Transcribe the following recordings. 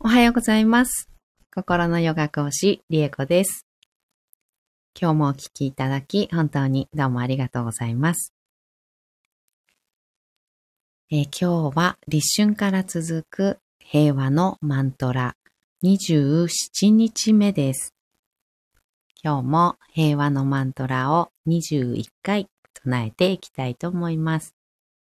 おはようございます。心のヨガ講師、リエコです。今日もお聞きいただき、本当にどうもありがとうございます。今日は立春から続く平和のマントラ27日目です。今日も平和のマントラを21回唱えていきたいと思います。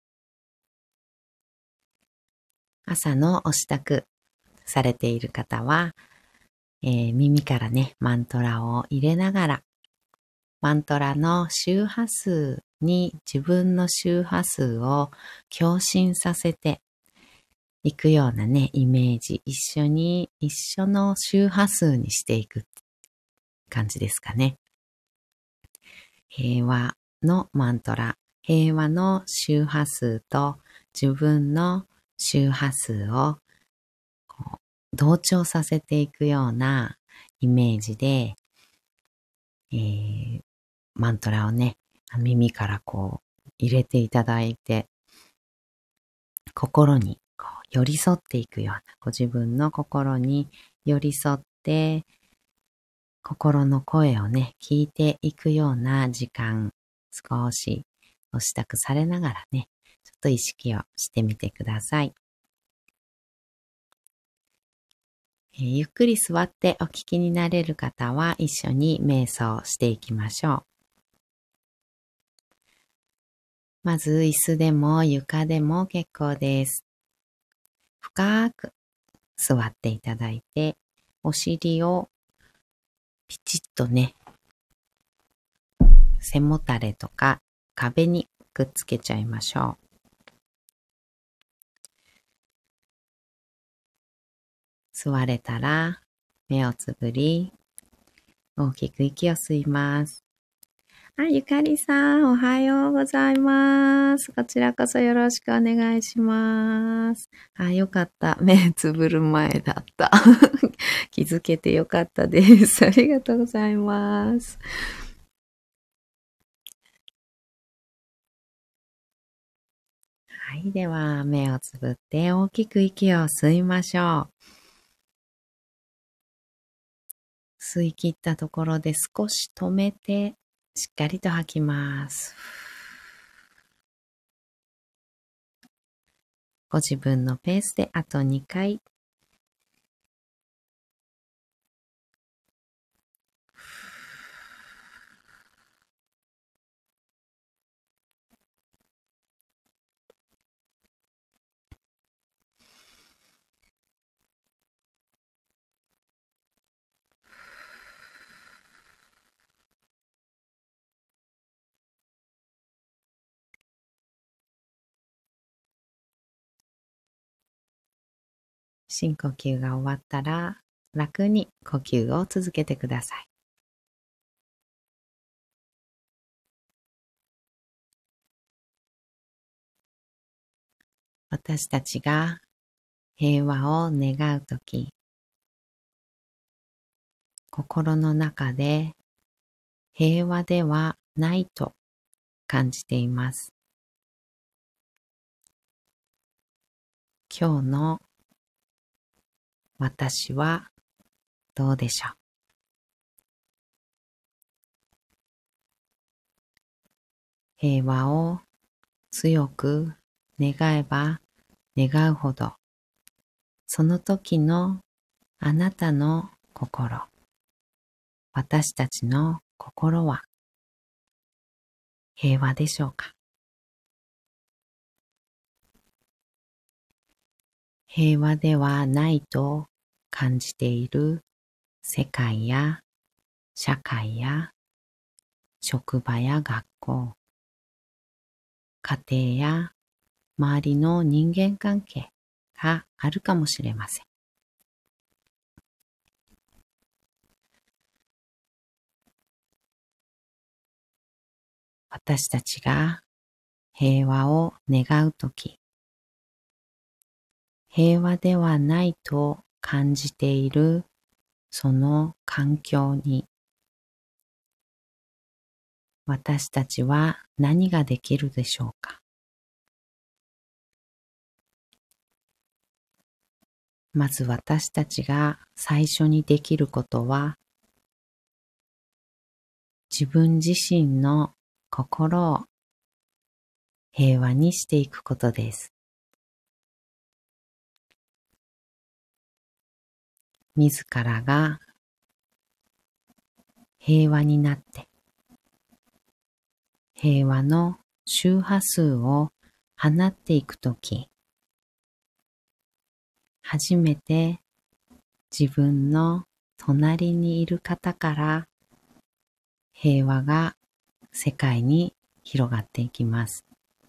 朝のお支度されている方は、耳からね、マントラを入れながら、マントラの周波数に自分の周波数を共振させていくようなね、イメージ、一緒の周波数にしていく感じですかね。平和のマントラ、平和の周波数と自分の周波数を同調させていくようなイメージで、マントラをね、耳から入れていただいて、心に寄り添っていくような、自分の心に寄り添って、心の声をね、聞いていくような時間、少しお支度されながらね、ちょっと意識をしてみてください。ゆっくり座ってお聞きになれる方は一緒に瞑想していきましょう。まず椅子でも床でも結構です。深く座っていただいて、お尻をピチッとね、背もたれとか壁にくっつけちゃいましょう。座れたら目をつぶり、大きく息を吸います。ゆかりさん、おはようございます。こちらこそよろしくお願いします。よかった。目つぶる前だった。気づけてよかったです。ありがとうございます。はい、では目をつぶって大きく息を吸いましょう。吸い切ったところで少し止めて、しっかりと吐きます。ご自分のペースであと2回。深呼吸が終わったら、楽に呼吸を続けてください。私たちが平和を願うとき、心の中で平和ではないと感じています。今日の私はどうでしょう。平和を強く願えば願うほど、その時のあなたの心、私たちの心は平和でしょうか。平和ではないと感じている世界や社会や職場や学校、家庭や周りの人間関係があるかもしれません。私たちが平和を願うとき、平和ではないと感じているその環境に、私たちは何ができるでしょうか。 まず私たちが最初にできることは、自分自身の心を平和にしていくことです。自らが平和になって、平和の周波数を放っていくとき、初めて自分の隣にいる方から平和が世界に広がっていきます。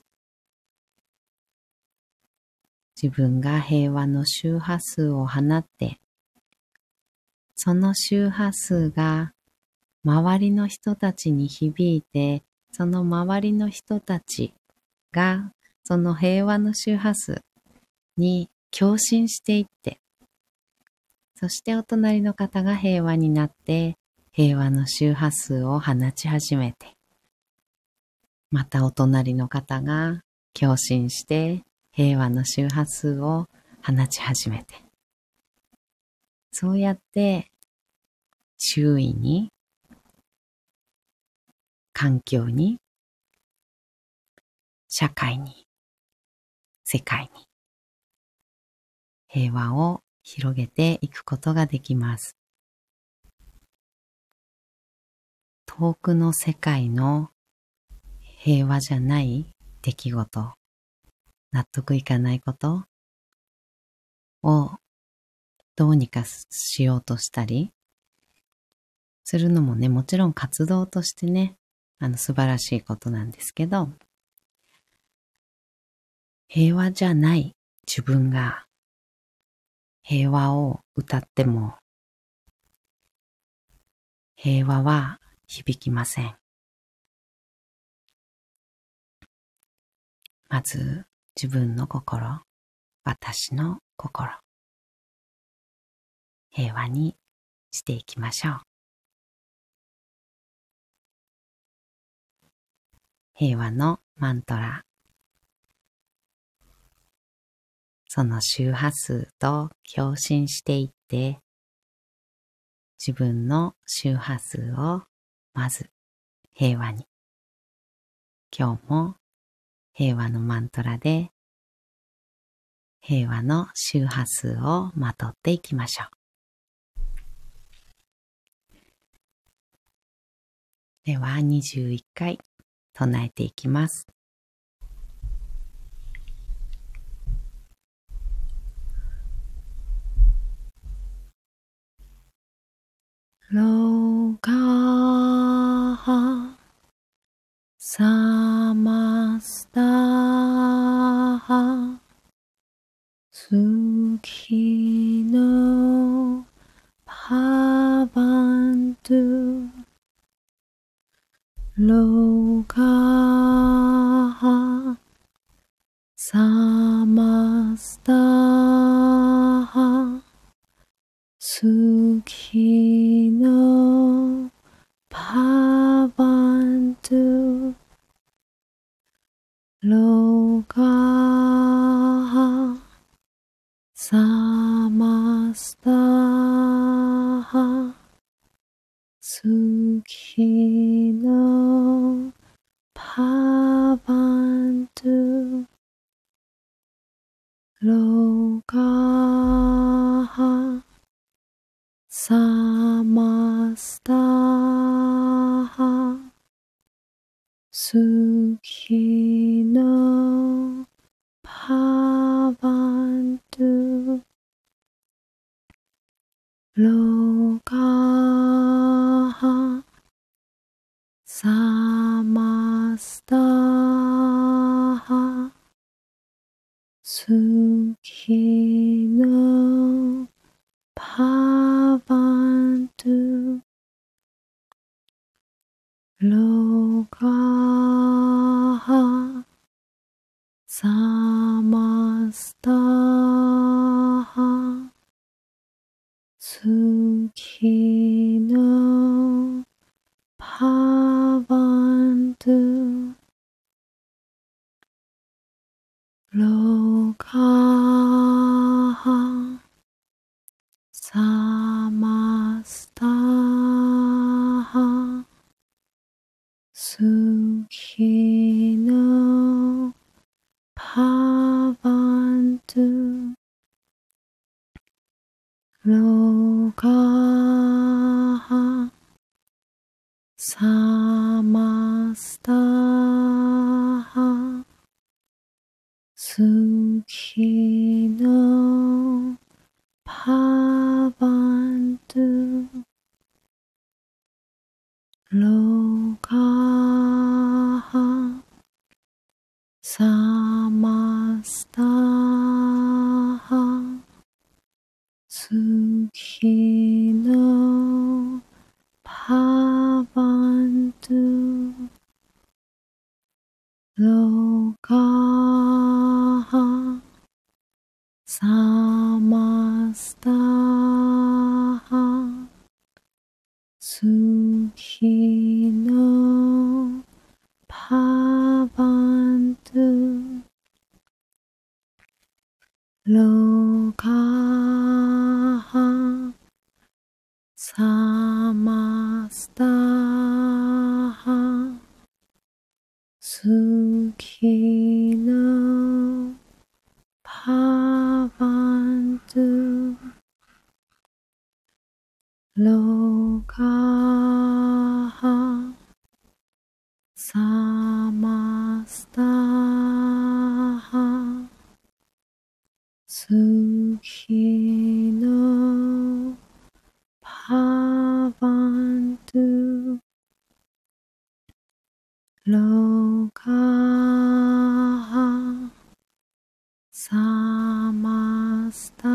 自分が平和の周波数を放って、その周波数が周りの人たちに響いて、その周りの人たちがその平和の周波数に共振していって、そしてお隣の方が平和になって平和の周波数を放ち始めて、またお隣の方が共振して平和の周波数を放ち始めて、そうやって周囲に、環境に、社会に、世界に平和を広げていくことができます。遠くの世界の平和じゃない出来事、納得いかないことをどうにかしようとしたりするのもね、もちろん活動としてね、素晴らしいことなんですけど、平和じゃない自分が平和を歌っても平和は響きません。まず自分の心、私の心、平和にしていきましょう。平和のマントラ、その周波数と共振していって、自分の周波数をまず平和に。今日も平和のマントラで平和の周波数をまとっていきましょう。では21回唱えていきます。ロカハサマスタハスキノパバントゥロカハサマスタハスキノパバントゥロカハサマスタハスキノパバントゥロカハサマスタハスキノパバントゥロカハサマスタハスキノパバントゥロカハサマスタハスキノパバントゥロカハロカハサマスタハスキノパバントゥロカハサマスタハスキノパバントゥロカハサマスタハスキノパバントゥロカハサマスタハスキノパバントゥロカハサマスタハスキノパバントゥロカハサマスタ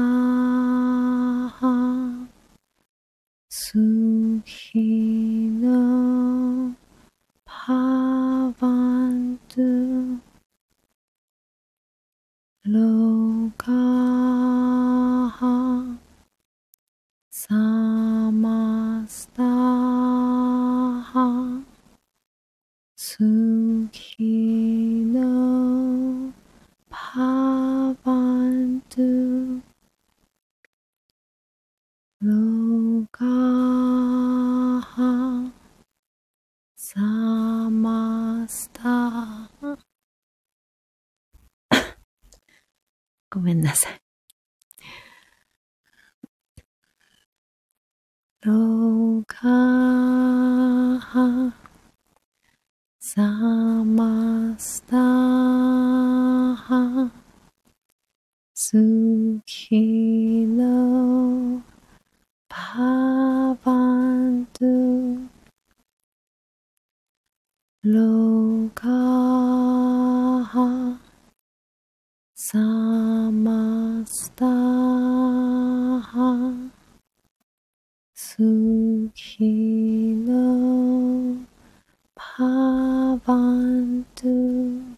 ハスキノパバントゥロカハサマスタハスキノパバントゥロカハサマスタハごめんなさい。ロカハサマスタハスキノパバントゥロカハサマスタハスキノパバントゥ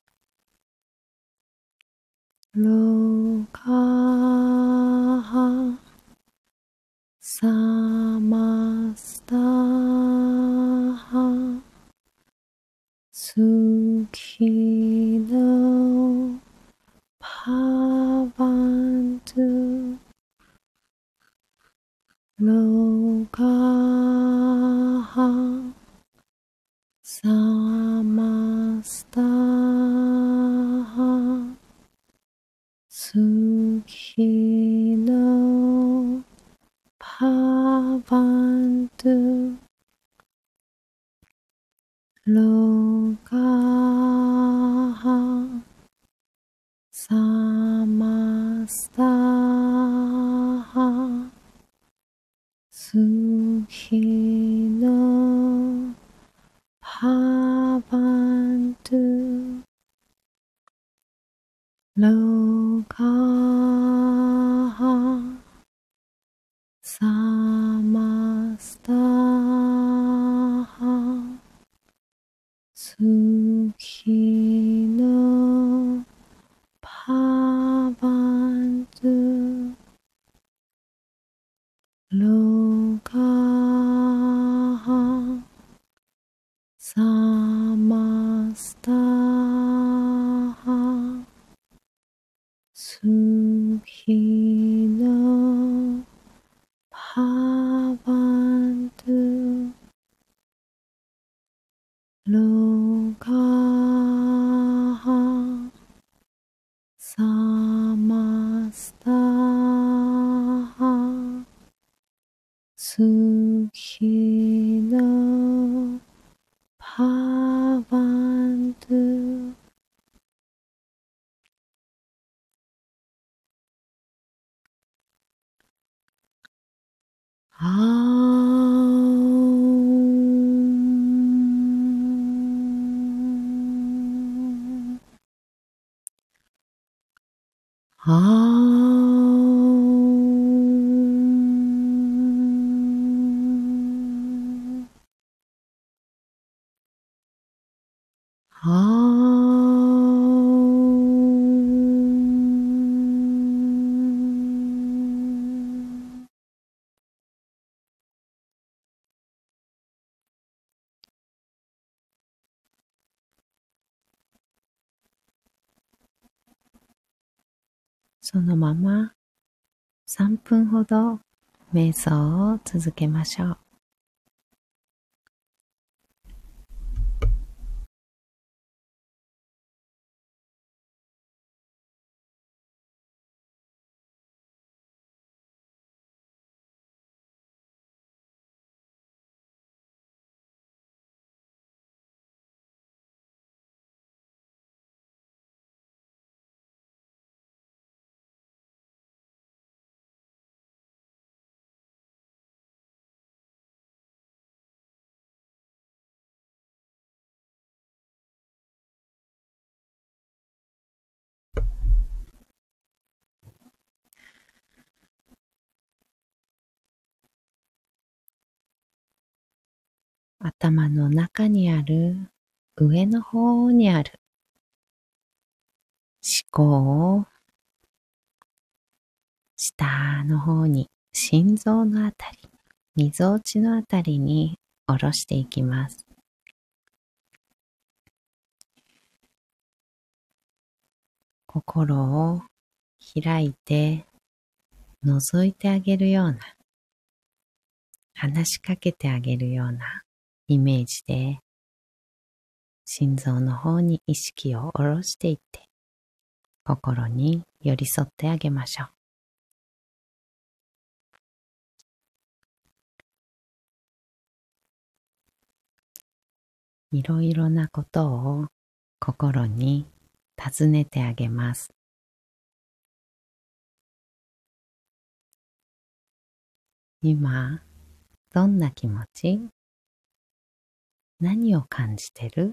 ロカハサマスタハスキノパバントゥロカハサマスタハスキノパバントゥロカハサマスタハスキノパバントゥロカハサマスタハスキノパバントゥロカハサマスタハスキノパバントゥロカハサマスタハ Sukhina Bhavantu.そのまま3分ほど瞑想を続けましょう。頭の中にある、上の方にある思考を下の方に、心臓のあたり、みぞおちのあたりに下ろしていきます。心を開いて覗いてあげるような、話しかけてあげるようなイメージで、心臓の方に意識を下ろしていって、心に寄り添ってあげましょう。いろいろなことを心に尋ねてあげます。今、どんな気持ち？何を感じてる？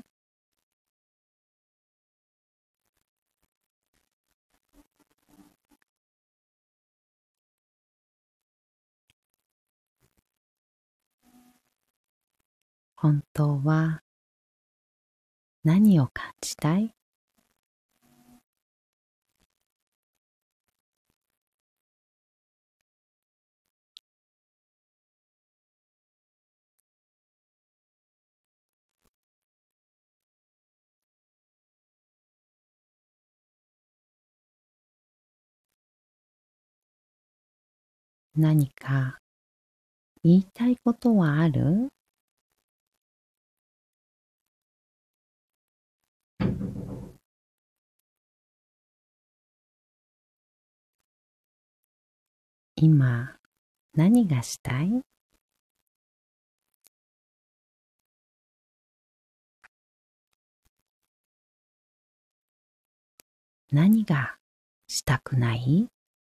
本当は何を感じたい？何か言いたいことはある？今、何がしたい？何がしたくない？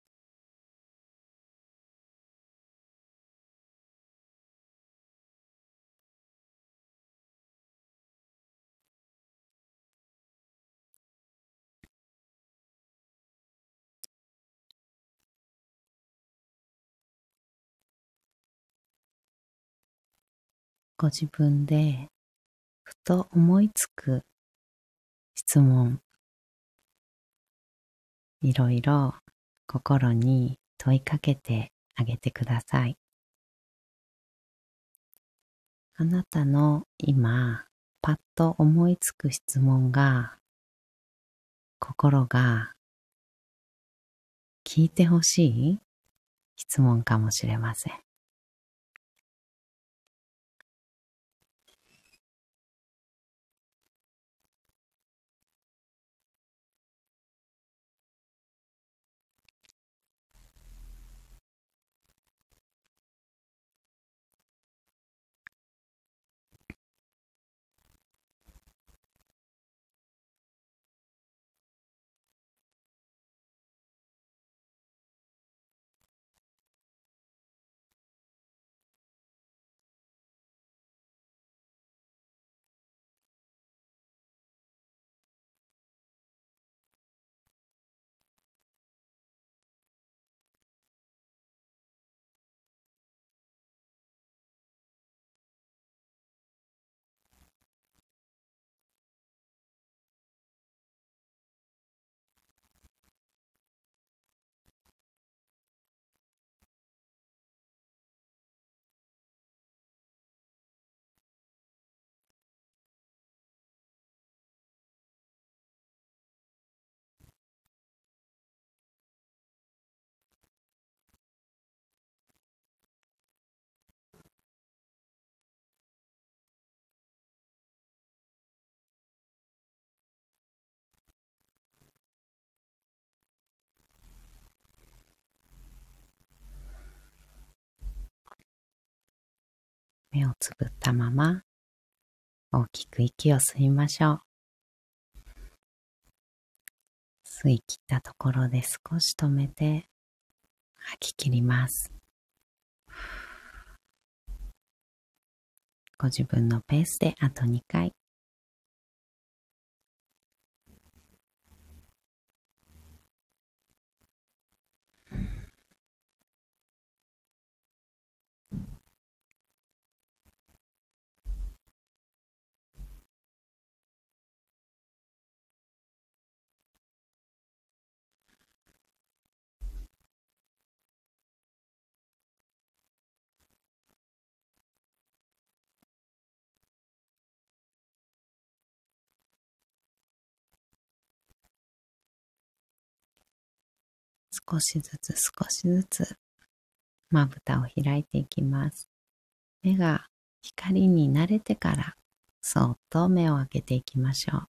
ご自分でふと思いつく質問、いろいろ心に問いかけてあげてください。あなたの今、パッと思いつく質問が、心が聞いてほしい質問かもしれません。 目をつぶったまま大きく息を吸いましょう。吸い切ったところで少し止めて吐き切ります。ご自分のペースであと2回。少しずつ少しずつまぶたを開いていきます。目が光に慣れてからそっと目を開けていきましょう。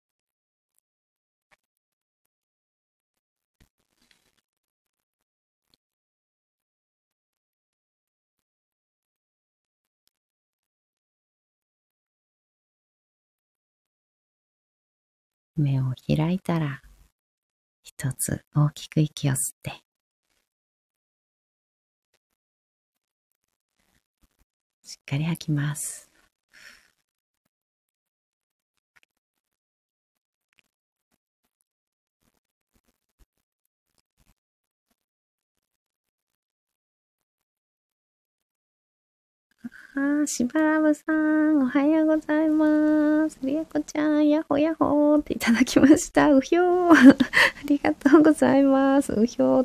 目を開いたら一つ大きく息を吸ってしっかり吐きます。しばらぶさん、おはようございます。りやこちゃん、やほやほーっていただきました。うひょー。ありがとうございます。うひょーって。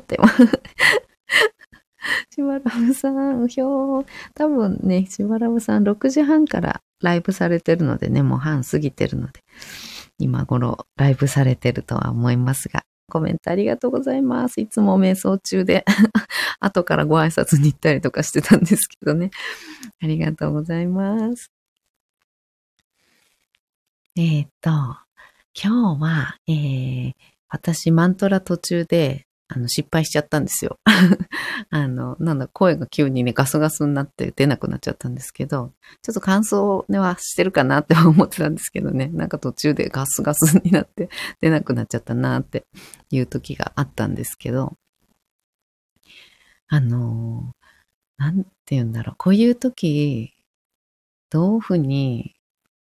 しばらぶさん、うひょー。多分ね、しばらぶさん6時半からライブされてるのでね、もう半過ぎてるので、今頃ライブされてるとは思いますが、コメントありがとうございます。いつも瞑想中で後からご挨拶に行ったりとかしてたんですけどね。ありがとうございます。今日は、私マントラ途中で失敗しちゃったんですよ。声が急にね、ガスガスになって出なくなっちゃったんですけど、ちょっと感想ねはしてるかなって思ってたんですけどね、なんか途中でガスガスになって出なくなっちゃったなっていう時があったんですけど、なんて言うんだろう、こういう時、どういうふうに、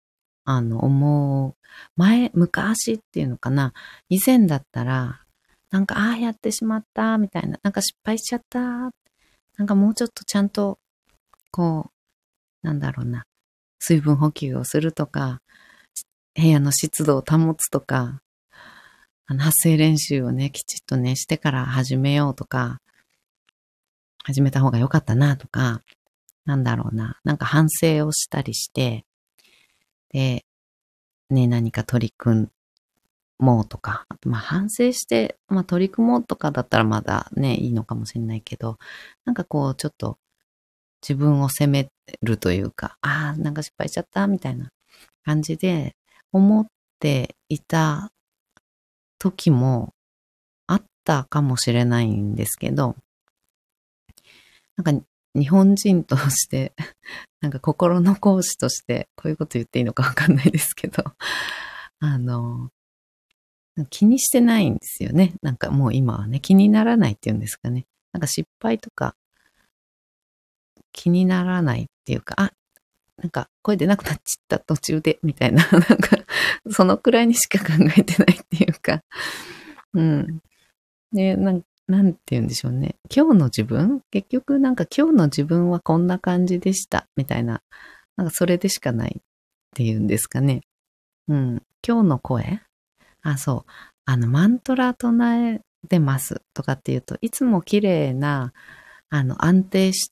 昔っていうのかな、以前だったら、なんか、やってしまった、みたいな、なんか失敗しちゃった、なんかもうちょっとちゃんと、こなんだろうな、水分補給をするとか、部屋の湿度を保つとか、発声練習をね、きちっとね、してから始めようとか、始めた方が良かったなとか、なんだろうな、なんか反省をしたりして、で、ね、何か取り組もうとか、あと反省して、取り組もうとかだったらまだね、いいのかもしれないけど、なんかこう、ちょっと自分を責めるというか、なんか失敗しちゃった、みたいな感じで思っていた時もあったかもしれないんですけど、なんか日本人として、なんか心の講師として、こういうこと言っていいのかわかんないですけど、あの、気にしてないんですよね。なんかもう今はね、気にならないっていうんですかね。なんか失敗とか気にならないっていうか、なんか声出なくなっちゃった途中で、みたいな、なんか、そのくらいにしか考えてないっていうか、うん。で、なんて言うんでしょうね。今日の自分結局なんか今日の自分はこんな感じでした、みたいな、なんかそれでしかないっていうんですかね。うん。今日の声そう。マントラ唱えてますとかっていうと、いつも綺麗な、安定した、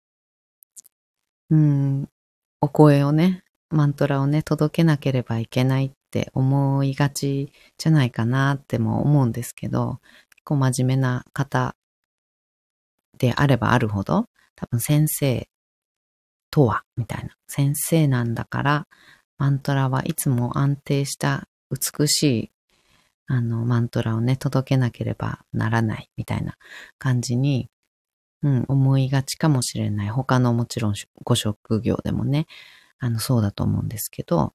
お声をね、マントラをね、届けなければいけないって思いがちじゃないかなっても思うんですけど、結構真面目な方であればあるほど、多分先生とは、みたいな。先生なんだから、マントラはいつも安定した美しいマントラをね、届けなければならないみたいな感じに思いがちかもしれない。他のもちろんご職業でもね、そうだと思うんですけど、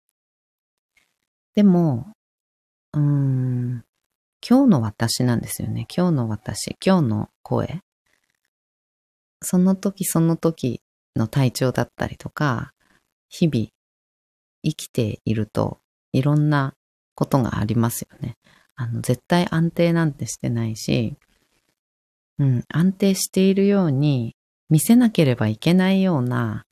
でも、今日の私なんですよね。今日の私、今日の声。その時その時の体調だったりとか、日々生きているといろんなことがありますよね。絶対安定なんてしてないし、安定しているように見せなければいけないような、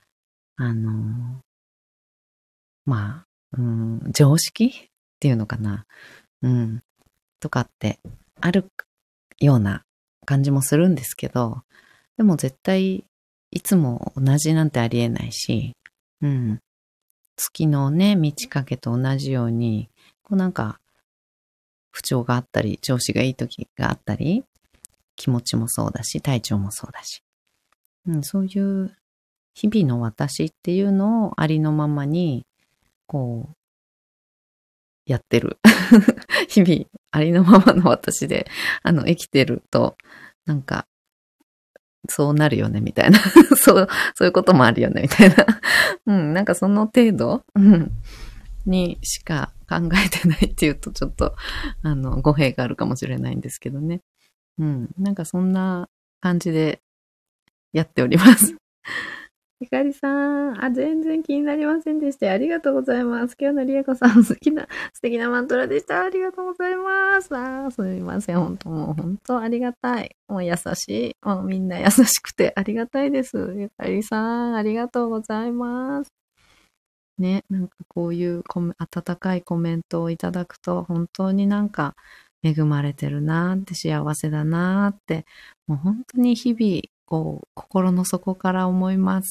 まあ、常識っていうのかな。とかってあるような感じもするんですけど、でも絶対いつも同じなんてありえないし、月のね、満ち欠けと同じように、なんか不調があったり、調子がいい時があったり、気持ちもそうだし、体調もそうだし、そういう日々の私っていうのをありのままに、やってる。日々ありのままの私で、生きてると、なんか、そうなるよね、みたいな。そういうこともあるよね、みたいな。なんかその程度、にしか考えてないっていうと、ちょっと、語弊があるかもしれないんですけどね。なんかそんな感じでやっております。ひかりさん、全然気になりませんでした。ありがとうございます。今日のりえこさん、素敵なマントラでした。ありがとうございます。すみません。本当ありがたい。もう優しい。もうみんな優しくてありがたいです。ひかりさん、ありがとうございます。ね、なんかこういう温かいコメントをいただくと、本当になんか恵まれてるなーって、幸せだなーって、もう本当に日々、心の底から思います。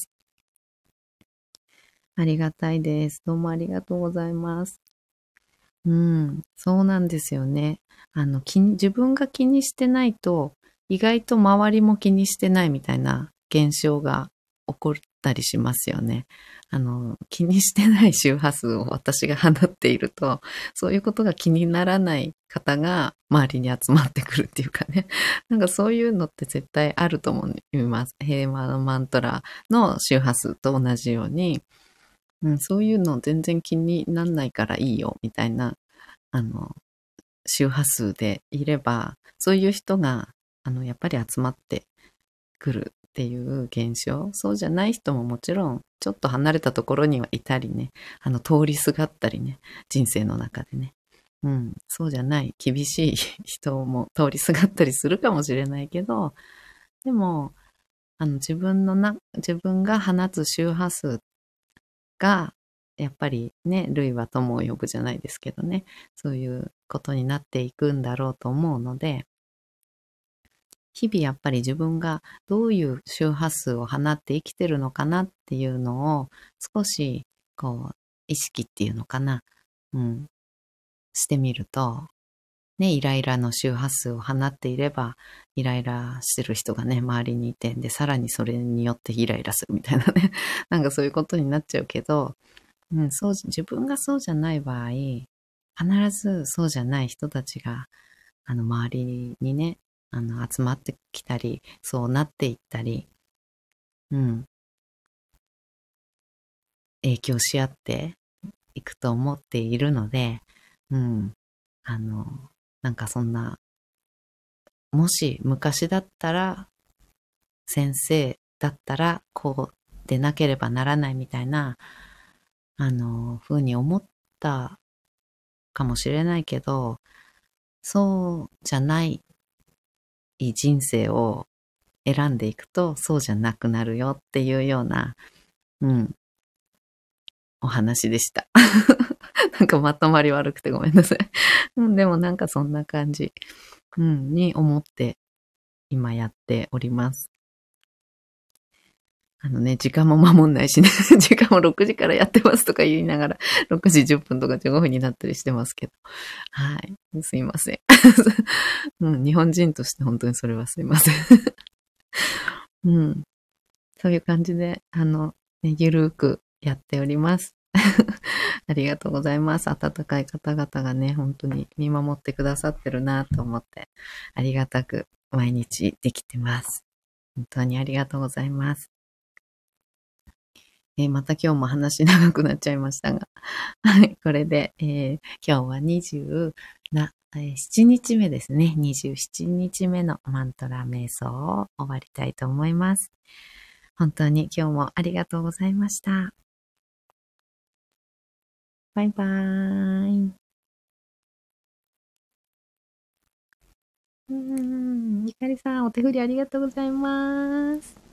ありがたいです。どうもありがとうございます。そうなんですよね。自分が気にしてないと、意外と周りも気にしてないみたいな現象が起こったりしますよね。気にしてない周波数を私が放っていると、そういうことが気にならない方が周りに集まってくるっていうかね。なんかそういうのって絶対あると思います。平和のマントラの周波数と同じように、そういうの全然気になんないからいいよ、みたいな、周波数でいれば、そういう人が、やっぱり集まってくるっていう現象。そうじゃない人ももちろん、ちょっと離れたところにはいたりね、通りすがったりね、人生の中でね。そうじゃない、厳しい人も通りすがったりするかもしれないけど、でも、自分が放つ周波数が、やっぱりね、類は友を呼ぶじゃないですけどね、そういうことになっていくんだろうと思うので、日々やっぱり自分がどういう周波数を放って生きてるのかなっていうのを少し意識っていうのかな、してみると、ね、イライラの周波数を放っていれば、イライラしてる人がね、周りにいて、で、さらにそれによってイライラするみたいなね、なんかそういうことになっちゃうけど、自分がそうじゃない場合、必ずそうじゃない人たちが、周りにね、集まってきたり、そうなっていったり、うん、影響し合っていくと思っているので、うん、あの、なんかそんな、もし昔だったら、先生だったら、こうでなければならないみたいな、ふうに思ったかもしれないけど、そうじゃない人生を選んでいくと、そうじゃなくなるよっていうような、うん、お話でした。なんかまとまり悪くてごめんなさい。でもなんかそんな感じ、に思って今やっております。時間も守んないしね。時間も6時からやってますとか言いながら、6時10分とか15分になったりしてますけど。はい。すいません。日本人として本当にそれはすいません。そういう感じで、ゆるーくやっております。ありがとうございます。温かい方々がね、本当に見守ってくださってるなと思って、ありがたく毎日できてます。 本当にありがとうございます。また今日も話長くなっちゃいましたが。はい、これで、今日は27日目ですね。27日目のマントラ瞑想を終わりたいと思います。本当に今日もありがとうございました。バイバーイ。ゆかりさん、お手振りありがとうございます。